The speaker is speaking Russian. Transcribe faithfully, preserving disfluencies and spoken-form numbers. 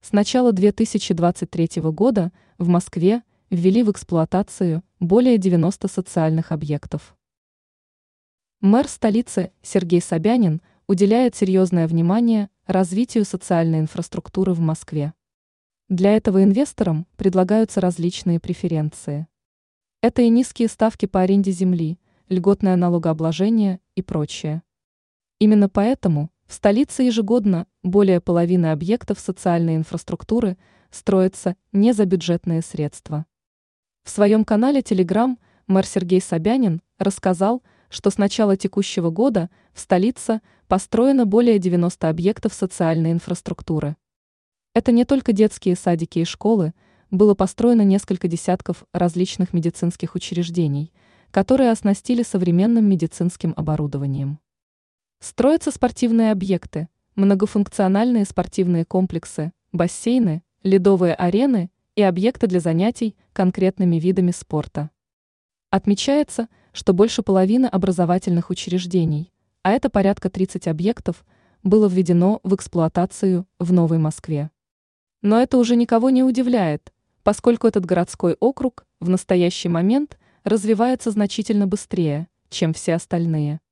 С начала две тысячи двадцать третьего года в Москве ввели в эксплуатацию более девяноста социальных объектов. Мэр столицы Сергей Собянин уделяет серьезное внимание развитию социальной инфраструктуры в Москве. Для этого инвесторам предлагаются различные преференции. Это и низкие ставки по аренде земли, льготное налогообложение и прочее. Именно поэтому в столице ежегодно более половины объектов социальной инфраструктуры строятся не за бюджетные средства. В своем канале Telegram мэр Сергей Собянин рассказал, что с начала текущего года в столице построено более девяноста объектов социальной инфраструктуры. Это не только детские садики и школы, было построено несколько десятков различных медицинских учреждений, которые оснастили современным медицинским оборудованием. Строятся спортивные объекты, многофункциональные спортивные комплексы, бассейны, ледовые арены и объекты для занятий конкретными видами спорта. Отмечается, что больше половины образовательных учреждений, а это порядка тридцати объектов, было введено в эксплуатацию в Новой Москве. Но это уже никого не удивляет, поскольку этот городской округ в настоящий момент развивается значительно быстрее, чем все остальные.